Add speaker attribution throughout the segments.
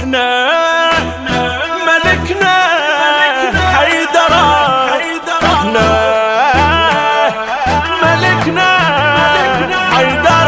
Speaker 1: احنا ملكنا حيدر، احنا ملكنا حيدر،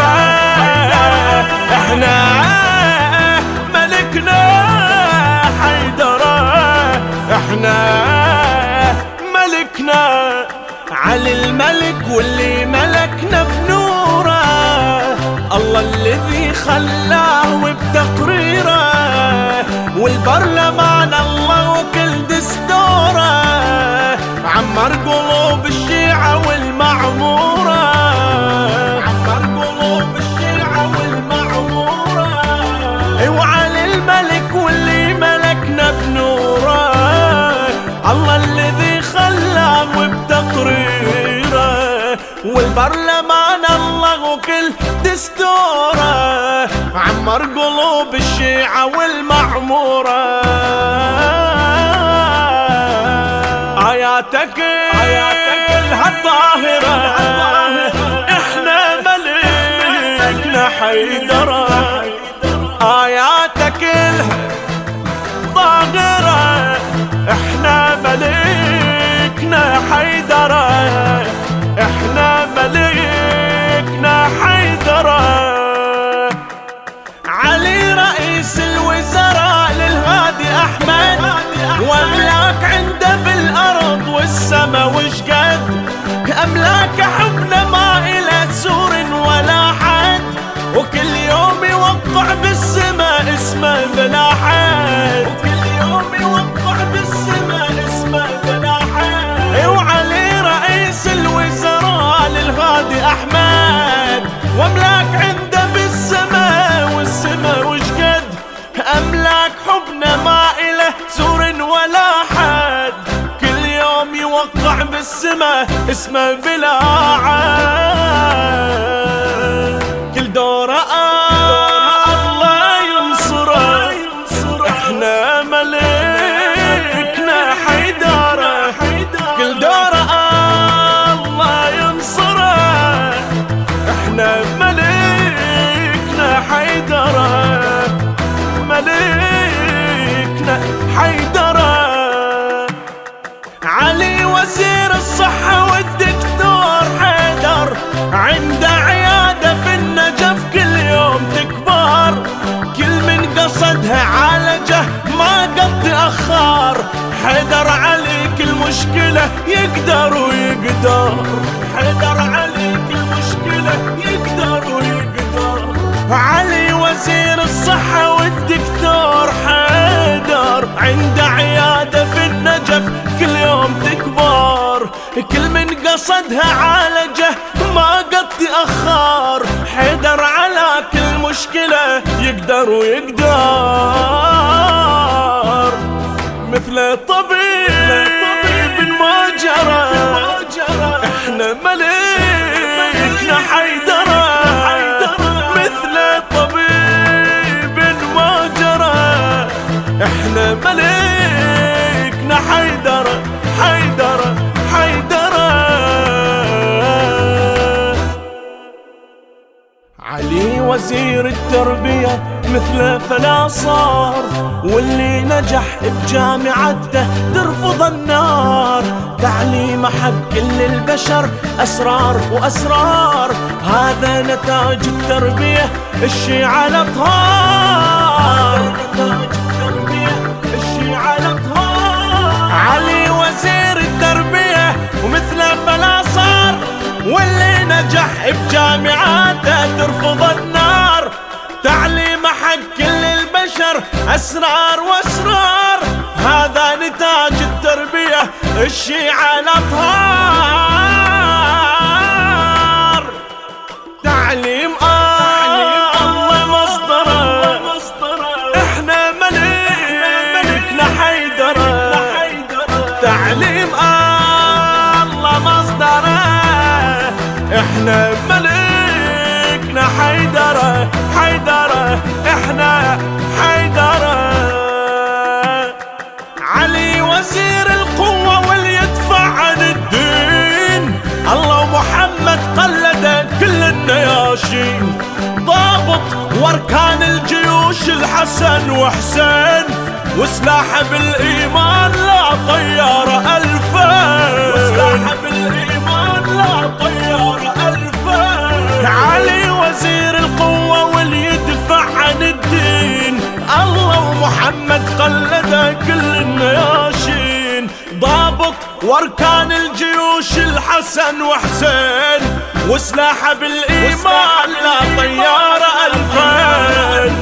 Speaker 1: احنا ملكنا حيدر، احنا ملكنا علي الملك واللي ملكنا بنوره، الله الذي خلاه وبتقريره، والبرلمان الله وكل دستوره، عمر قلوب الشيعة والمعمورة، عمر قلوب الشيعة والمعمورة، وعلي الملك واللي ملكنا بنوره، الله الذي خلاه وبتقريره، والبرلمان الله وكل دستوره، عمر قلوب الشيعة والمعمورة. آياتك كلها طاهرة، احنا ملكنا حيدر، آياتك كلها طاهرة، احنا ملكنا حيدر، احنا ملكنا حيدر. علي رئيس الوزراء للهادي أحمد، وأملاك عنده بالأرض والسما وشقد، أملاك حبنا ما إلى سور ولا حد، وكل يوم يوقع بالسما اسمه بلا حد، وكل يوم يوقع بالسما اسمه بلا حد. وعلي رئيس الوزراء للهادي أحمد، وأملاك عنده بالسما والسما وشقد، أملاك حبنا ما إله سور ولا حد، كل يوم يوقع بالسما اسمه بلا عاد، كل دوره الله ينصره، احنا ملكنا حيدر، كل دوره الله ينصره، احنا ملكنا حيدر، ملكنا حيدر. علي وزير الصحة والدكتور حيدر، عنده عيادة في النجف كل يوم تكبر، كل من قصدها عالجه ما قد تأخر، حيدر علي كل مشكلة يقدر ويقدر، حيدر علي كل مشكلة يقدر ويقدر. علي وزير الصحة والدكتور حيدر، عنده عيادة في النجف كل يوم تكبر، كل من قصدها عالجه ما قد تأخر، حيدر على كل مشكلة يقدر ويقدر، مثل طبيب ما جرى، احنا ملكنا حيدر، مثل طبيب ما جرى، احنا ملكنا حيدر، حيدر حيدر. علي وزير التربية مثله فلا صار، واللي نجح بجامعته ترفض النار، تعليمه حق كل البشر أسرار وأسرار، هذا نتاج التربية الشيعة الأطهار، نتاج التربية الشيعة الأطهار. علي وزير التربية ومثله فلا صار، واللي نجح بجامعاته ترفض النار، تعليمه حق كل البشر أسرار وأسرار، هذا نتاج التربية الشيعة الأطهار. تعليم الله مصدره، احنا ملكنا حيدر، تعليم الله مصدره، احنا ملكنا حيدر، حيدر احنا حيدر. علي وزير القوة واللي يدفع عن الدين، الله ومحمد قلد كل النياشين، ضابط واركان الجيوش الجيوش الحسن وحسين، وسلاح بالإيمان لا طيارة ألفين، وسلاح بالإيمان لا طيارة ألفين. علي وزير القوة واللي يدفع عن الدين، الله ومحمد قلده كل النياشين. ضابط واركان الجيوش الحسن وحسين، وسلاح بالإيمان لا طيارة ألفين.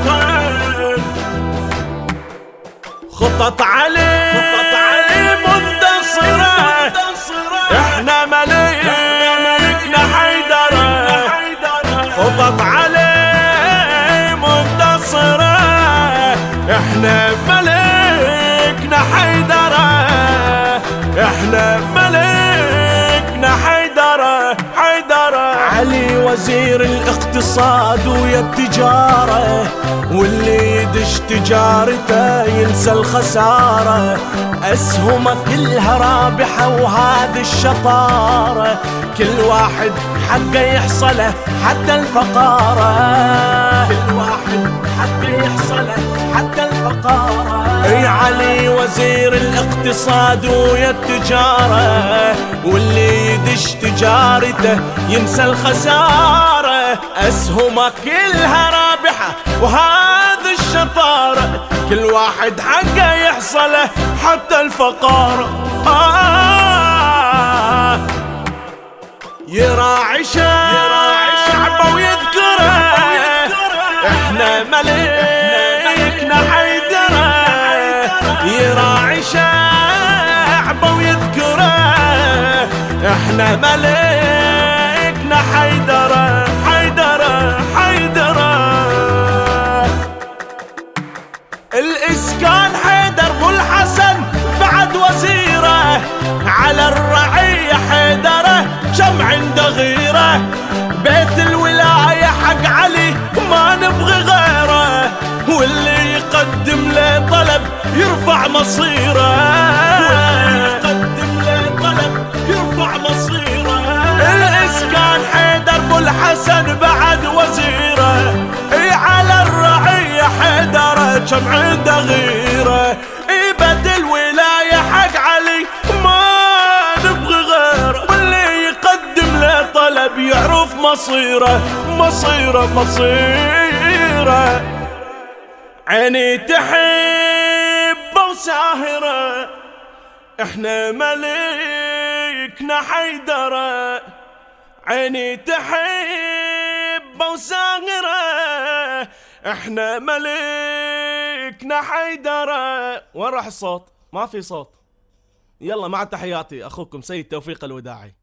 Speaker 1: خطط علي منتصرة، احنا ملكنا حيدرة. خطط علي منتصرة، احنا ملكنا حيدرة، احنا ملكنا حيدرة. علي وزير الاقتصاد ويا التجارة، واللي يدش تجارته ينسى الخسارة. أسهمه كلها رابحة وهذه الشطارة، كل واحد حقه يحصله حتى الفقارة، كل واحد حقه يحصله حتى الفقارة. اي علي وزير الاقتصاد ويا التجارة، واللي يدش تجارته ينسى الخسارة. أسهمه كلها رابحة وهذه الشطارة، كل واحد حقه يحصله حتى الفقارة. يراعي شعبه ويذكره، احنا ملكنا حيدرة. يراعي شعبه ويذكره، احنا ملكنا حيدرة. الإسكان حيدر بو الحسن بعد وزيره، على الرعية حيدره كم عنده غيره. بيت الولاية حق علي ما نبغي غيره، واللي يقدم له طلب يرفع مصيره، واللي يقدم له طلب يرفع مصيره. الإسكان حيدر بو الحسن بعد وزيره، على الرعية حيدره كم عنده غيره. بيت الولاية حق علي ما نبغي غيره، واللي يقدم له طلب يعرف مصيره. عيني تحب وساهرة، احنا ملكنا حيدرة. عيني تحب وساهرة، احنا ملكنا حيدرة. وين راح الصوت؟ ما في صوت. يلا مع تحياتي اخوكم سيد توفيق الوداعي.